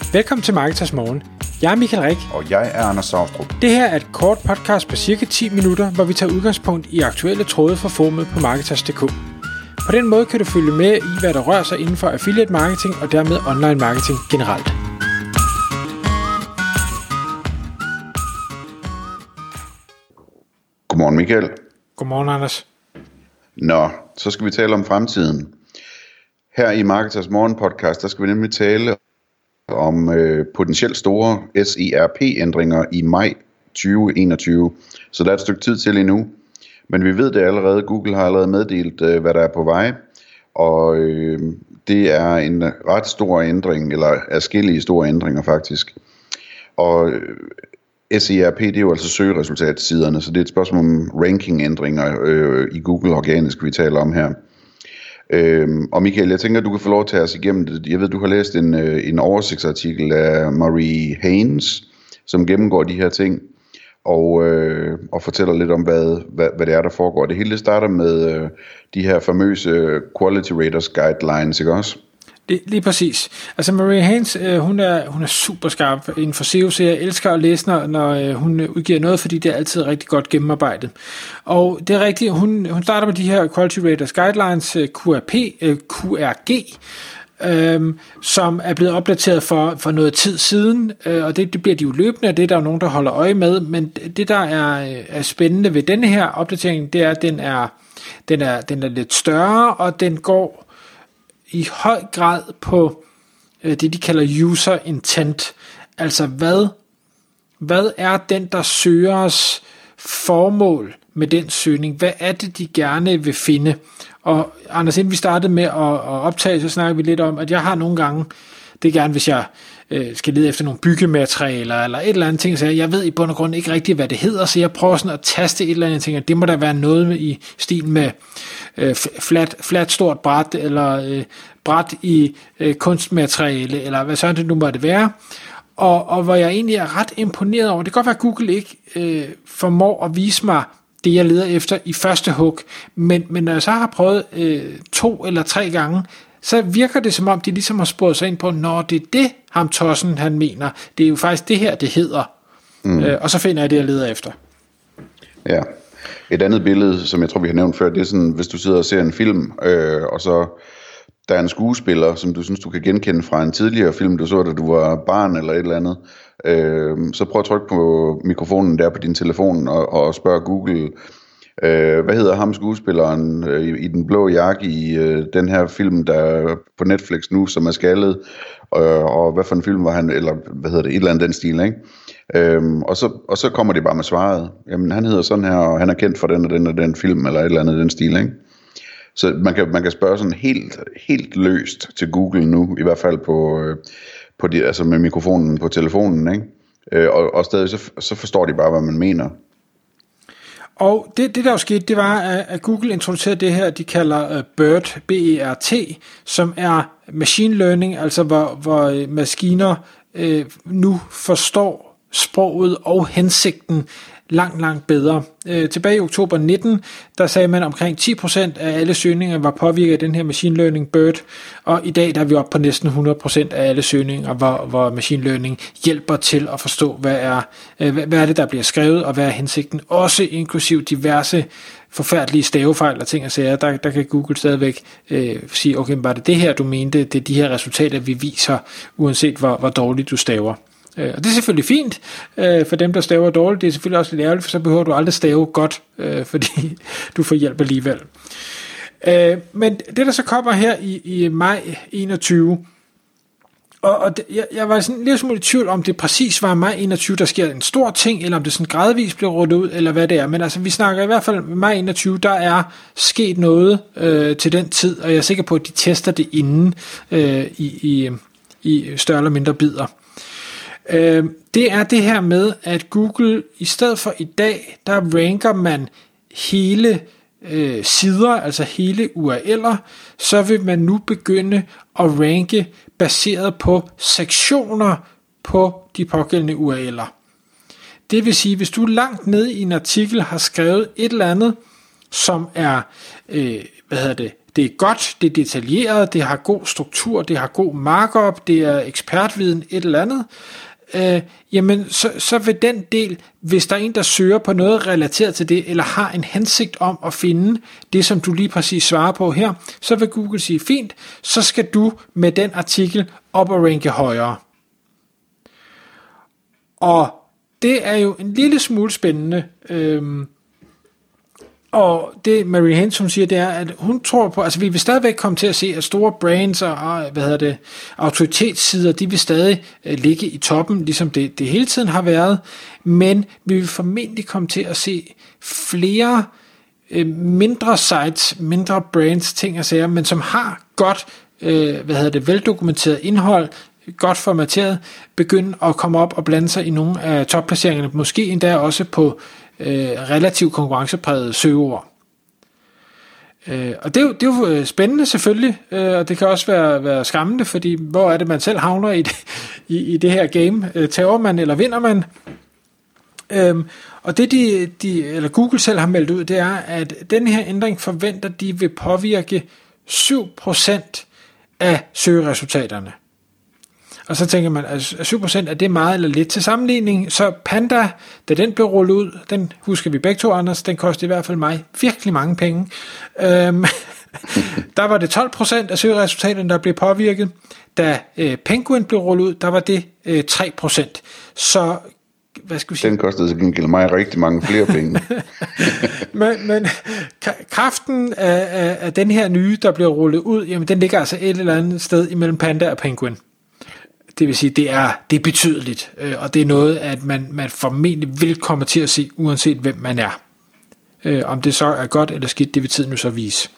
Velkommen til Marketers Morgen. Jeg er Michael Rik. Og jeg er Anders Saustrup. Det her er et kort podcast på cirka 10 minutter, hvor vi tager udgangspunkt i aktuelle tråde fra forumet på Marketers.dk. På den måde kan du følge med i, hvad der rører sig inden for affiliate marketing og dermed online marketing generelt. Godmorgen Michael. Godmorgen Anders. Nå, så skal vi tale om fremtiden. Her i Marketers Morgen podcast, der skal vi nemlig tale om potentielt store SERP-ændringer i maj 2021. Så der er et stykke tid til endnu. Men vi ved det allerede. Google har allerede meddelt, hvad der er på vej. Og det er en ret stor ændring, eller adskillige store ændringer faktisk. Og SERP, det er jo altså søgeresultatsiderne, så det er et spørgsmål om ranking-ændringer i Google organisk, vi taler om her. Og Michael, jeg tænker, du kan få lov til at tage os igennem det. Jeg ved, du har læst en oversigtsartikel af Marie Haynes, som gennemgår de her ting, og fortæller lidt om, hvad det er, der foregår. Det hele starter med de her famøse Quality Raters Guidelines, ikke også? Lige præcis. Altså Marie Haynes, hun er super skarp inden for SEO, så jeg elsker at læse, når hun udgiver noget, fordi det er altid rigtig godt gennemarbejdet. Og det er rigtigt, hun starter med de her Quality Raters Guidelines, QRG, som er blevet opdateret for noget tid siden, og det bliver de jo løbende, og det er der jo nogen, der holder øje med, men det, der er spændende ved denne her opdatering, det er, at den er lidt større, og den går i høj grad på det, de kalder user intent. Altså, hvad er den, der søgers formål med den søgning? Hvad er det, de gerne vil finde? Og Anders, inden vi startede med at optage, så snakker vi lidt om, at jeg har nogle gange, det er gerne, hvis jeg skal lede efter nogle byggematerialer eller et eller andet ting, så jeg ved i bund og grund ikke rigtigt, hvad det hedder, så jeg prøver sådan at taste et eller andet ting, og det må der være noget i stil med flat stort bræt, eller bræt i kunstmateriale, eller hvad sådan det nu måtte være, og hvor jeg egentlig er ret imponeret over, det kan godt være, at Google ikke formår at vise mig det, jeg leder efter i første hug, men når jeg så har prøvet 2 eller 3 gange, så virker det som om, de ligesom har sporet sig ind på, når det er det, ham tossen han mener, det er jo faktisk det her, det hedder. Og så finder jeg det, jeg leder efter. Ja. Et andet billede, som jeg tror, vi har nævnt før, det er sådan, hvis du sidder og ser en film, og så der er en skuespiller, som du synes, du kan genkende fra en tidligere film, du så, da du var barn eller et eller andet, så prøv at trykke på mikrofonen der på din telefon og spørg Google, hvad hedder ham skuespilleren i den blå jakke i den her film, der er på Netflix nu, som er skaldet, og hvad for en film var han, eller hvad hedder det, et eller andet den stil, ikke? Og så kommer det bare med svaret. Jamen, han hedder sådan her, og han er kendt for den og den og den film, eller et eller andet den stil, ikke? Så man kan spørge sådan helt løst til Google nu, i hvert fald på de, altså med mikrofonen på telefonen, ikke? Og stadig så forstår de bare, hvad man mener. Og det der jo skete, det var, at Google introducerede det her, de kalder BERT, B-E-R-T, som er machine learning, altså hvor maskiner nu forstår sproget og hensigten langt bedre. Tilbage i oktober 19, der sagde man omkring 10% af alle søgninger var påvirket af den her machine learning BERT, og i dag der er vi oppe på næsten 100% af alle søgninger, hvor machine learning hjælper til at forstå, hvad er det, der bliver skrevet, og hvad er hensigten, også inklusiv diverse forfærdelige stavefejl og ting og sager. Der kan Google stadigvæk sige, okay, var det her, du mente, det er de her resultater, vi viser, uanset hvor dårligt du staver. Og det er selvfølgelig fint for dem, der staver dårligt. Det er selvfølgelig også lidt ærgerligt, for så behøver du aldrig stave godt, fordi du får hjælp alligevel. Men det, der så kommer her i maj 21, og jeg var sådan lidt smule i tvivl, om det præcis var maj 21, der sker en stor ting, eller om det sådan gradvist bliver rullet ud, eller hvad det er. Men altså, vi snakker i hvert fald maj 21, der er sket noget til den tid, og jeg er sikker på, at de tester det inden i større eller mindre bidder. Det er det her med, at Google i stedet for i dag, der ranker man hele sider, altså hele URL'er, så vil man nu begynde at ranke baseret på sektioner på de pågældende URL'er. Det vil sige, hvis du langt nede i en artikel har skrevet et eller andet, som er det er godt, det er detaljeret, det har god struktur, det har god markup, det er ekspertviden, et eller andet, jamen så vil den del, hvis der er en, der søger på noget relateret til det, eller har en hensigt om at finde det, som du lige præcis svarer på her, så vil Google sige, fint, så skal du med den artikel op og ranke højere. Og det er jo en lille smule spændende, og det Marie Haynes, hun siger, det er, at hun tror på, altså vi vil stadigvæk komme til at se, at store brands og autoritetssider, de vil stadig ligge i toppen, ligesom det hele tiden har været, men vi vil formentlig komme til at se flere mindre sites, mindre brands, ting og sager, men som har godt, veldokumenteret indhold, godt formateret, begynde at komme op og blande sig i nogle af topplaceringerne, måske endda også på relativt konkurrenceprægede søgeord. Og det er jo spændende selvfølgelig, og det kan også være skræmmende, fordi hvor er det, man selv havner i det her game? Tager man eller vinder man? Og det eller Google selv har meldt ud, det er, at den her ændring forventer, de vil påvirke 7% af søgeresultaterne. Og så tænker man, at 7% er det meget eller lidt til sammenligning. Så Panda, da den blev rullet ud, den husker vi begge to, Anders, den kostede i hvert fald mig virkelig mange penge. Der var det 12% af søgeresultaterne, der blev påvirket. Da Penguin blev rullet ud, der var det 3%. Så hvad skal vi sige? Den kostede så gengæld mig rigtig mange flere penge. men kraften af den her nye, der bliver rullet ud, jamen den ligger altså et eller andet sted imellem Panda og Penguin. Det vil sige, det er betydeligt, og det er noget, at man formentlig vil komme til at se, uanset hvem man er. Om det så er godt eller skidt, det vil tiden nu så vise.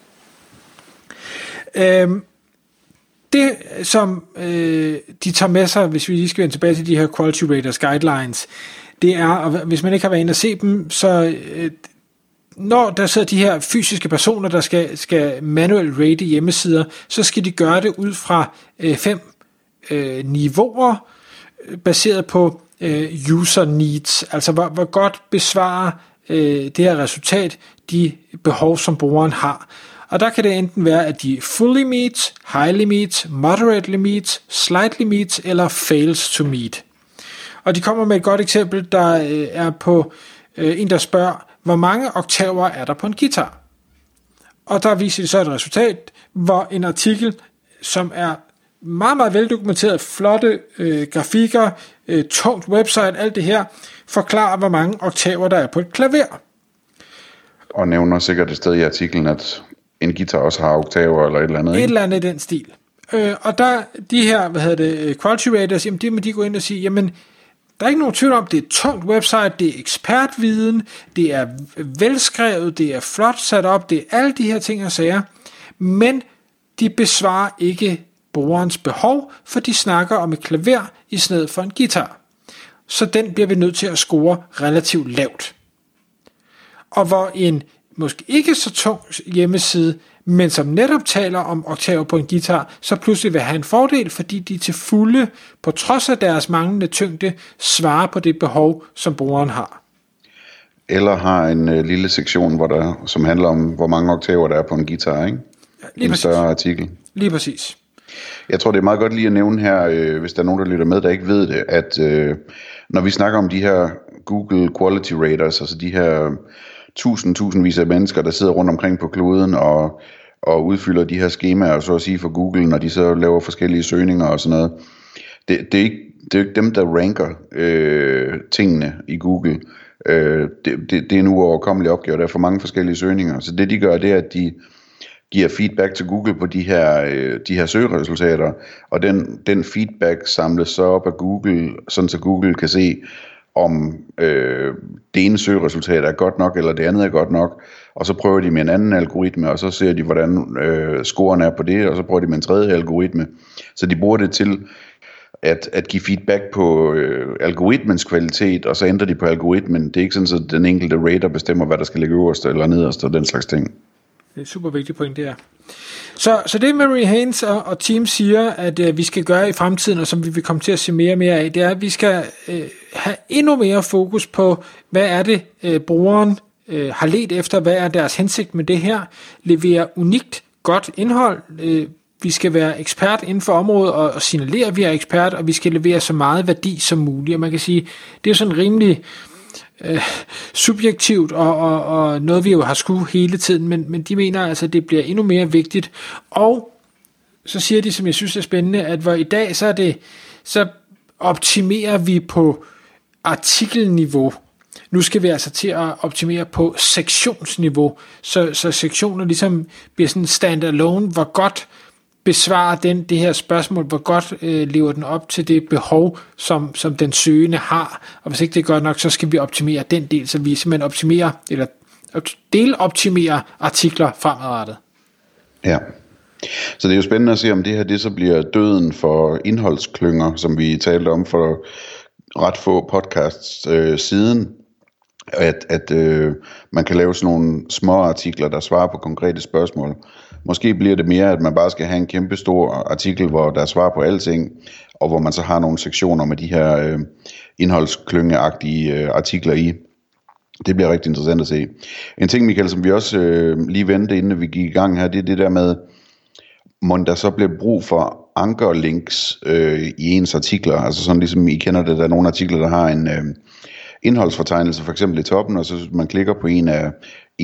Det, som de tager med sig, hvis vi lige skal vende tilbage til de her Quality Raters Guidelines, det er, og hvis man ikke har været inde og se dem, så når der sidder de her fysiske personer, der skal manuelt rate hjemmesider, så skal de gøre det ud fra 5 niveauer, baseret på user needs, altså hvor godt besvarer det her resultat de behov, som brugeren har. Og der kan det enten være, at de fully meet, highly meet, moderately meet, slightly meet eller fails to meet. Og de kommer med et godt eksempel, der er på en, der spørger, hvor mange oktaver er der på en guitar? Og der viser de så et resultat, hvor en artikel, som er meget, meget veldokumenteret, flotte grafikker, tungt website, alt det her, forklarer, hvor mange oktaver der er på et klaver. Og nævner sikkert et sted i artiklen, at en guitar også har oktaver eller et eller andet. Et eller andet i den stil. Og der, de her, quality raters, jamen det må de gå ind og sige, jamen, der er ikke nogen tvivl om, det er et tungt website, det er ekspertviden, det er velskrevet, det er flot sat op, det er alle de her ting og sager, men de besvarer ikke brugerens behov, for de snakker om et klaver i stedet for en guitar. Så den bliver vi nødt til at score relativt lavt. Og hvor en måske ikke så tung hjemmeside, men som netop taler om oktaver på en guitar, så pludselig vil have en fordel, fordi de til fulde, på trods af deres manglende tyngde, svarer på det behov, som brugeren har. Eller har en lille sektion, som handler om, hvor mange oktaver der er på en guitar, ikke? Ja, en større artikel. Lige præcis. Jeg tror, det er meget godt lige at nævne her, hvis der er nogen, der lytter med, der ikke ved det, at når vi snakker om de her Google Quality Raters, altså de her tusindvis af mennesker, der sidder rundt omkring på kloden og udfylder de her skemaer, så at sige for Google, når de så laver forskellige søgninger og sådan noget. Det er ikke dem, der ranker tingene i Google. Det er en uoverkommelig opgave. Der er for mange forskellige søgninger. Så det de gør, det er, at de giver feedback til Google på de her søgeresultater, og den feedback samles så op af Google, sådan så Google kan se, om det ene søgeresultat er godt nok, eller det andet er godt nok, og så prøver de med en anden algoritme, og så ser de, hvordan scoren er på det, og så prøver de med en tredje algoritme. Så de bruger det til at give feedback på algoritmens kvalitet, og så ændrer de på algoritmen. Det er ikke sådan, at den enkelte rater bestemmer, hvad der skal ligge øverst eller nederst, og den slags ting. Det er super vigtigt point, det er. Så det Marie Haynes og team siger, at vi skal gøre i fremtiden, og som vi vil komme til at se mere og mere af, det er, at vi skal have endnu mere fokus på, hvad er det, brugeren har ledt efter, hvad er deres hensigt med det her, levere unikt godt indhold. Vi skal være ekspert inden for området og signalere, at vi er ekspert, og vi skal levere så meget værdi som muligt. Og man kan sige, det er jo sådan rimelig subjektivt og noget, vi jo har skulle hele tiden, men de mener altså, at det bliver endnu mere vigtigt. Og så siger de, som jeg synes er spændende, at hvor i dag så optimerer vi på artikelniveau. Nu skal vi altså til at optimere på sektionsniveau, så sektioner ligesom bliver sådan stand-alone, hvor godt besvarer det her spørgsmål, hvor godt lever den op til det behov, som den søgende har, og hvis ikke det er godt nok, så skal vi optimere den del, så vi simpelthen optimerer, eller deloptimere artikler fremadrettet. Ja, så det er jo spændende at se, om det her det så bliver døden for indholdsklynger, som vi talte om for ret få podcasts siden, at man kan lave sådan nogle små artikler, der svarer på konkrete spørgsmål. Måske bliver det mere, at man bare skal have en kæmpe stor artikel, hvor der er svar på alting, og hvor man så har nogle sektioner med de her indholdsklyngeagtige artikler i. Det bliver rigtig interessant at se. En ting, Michael, som vi også lige vendte, inden vi gik i gang her, det er det der med, må der så bliver brug for ankerlinks i ens artikler. Altså sådan ligesom I kender det, der er nogle artikler, der har en indholdsfortegnelse for eksempel i toppen, og så man klikker på en af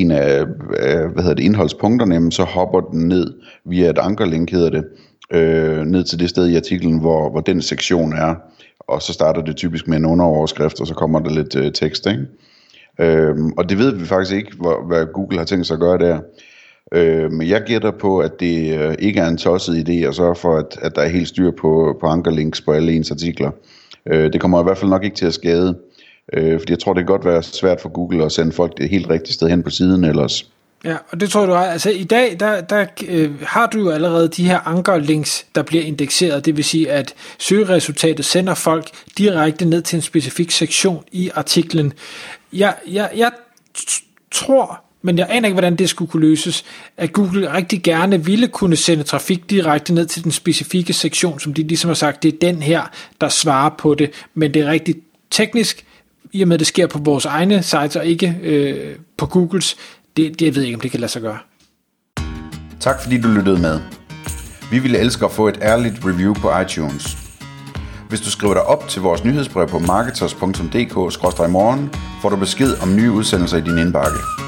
indholdspunkterne, så hopper den ned via et ankerlink, hedder det, ned til det sted i artiklen, hvor den sektion er, og så starter det typisk med en underoverskrift, og så kommer der lidt tekst, ikke? Og det ved vi faktisk ikke, hvad Google har tænkt sig at gøre der. Men jeg gætter på, at det ikke er en tosset idé at sørge for, at der er helt styr på ankerlinks på alle ens artikler. Det kommer i hvert fald nok ikke til at skade, fordi jeg tror, det kan godt være svært for Google at sende folk det helt rigtige sted hen på siden ellers. Ja, og det tror du er. Altså i dag, der har du jo allerede de her ankerlinks, der bliver indekseret. Det vil sige, at søgeresultatet sender folk direkte ned til en specifik sektion i artiklen. Jeg tror, men jeg aner ikke, hvordan det skulle kunne løses, at Google rigtig gerne ville kunne sende trafik direkte ned til den specifikke sektion, som de ligesom har sagt, det er den her, der svarer på det. Men det er rigtig teknisk, i og med at det sker på vores egne sites og ikke på Googles. Det ved jeg ikke, om det kan lade sig gøre. Tak fordi du lyttede med. Vi ville elske at få et ærligt review på iTunes. Hvis du skriver dig op til vores nyhedsbrev på marketers.dk/morgen, får du besked om nye udsendelser i din indbakke.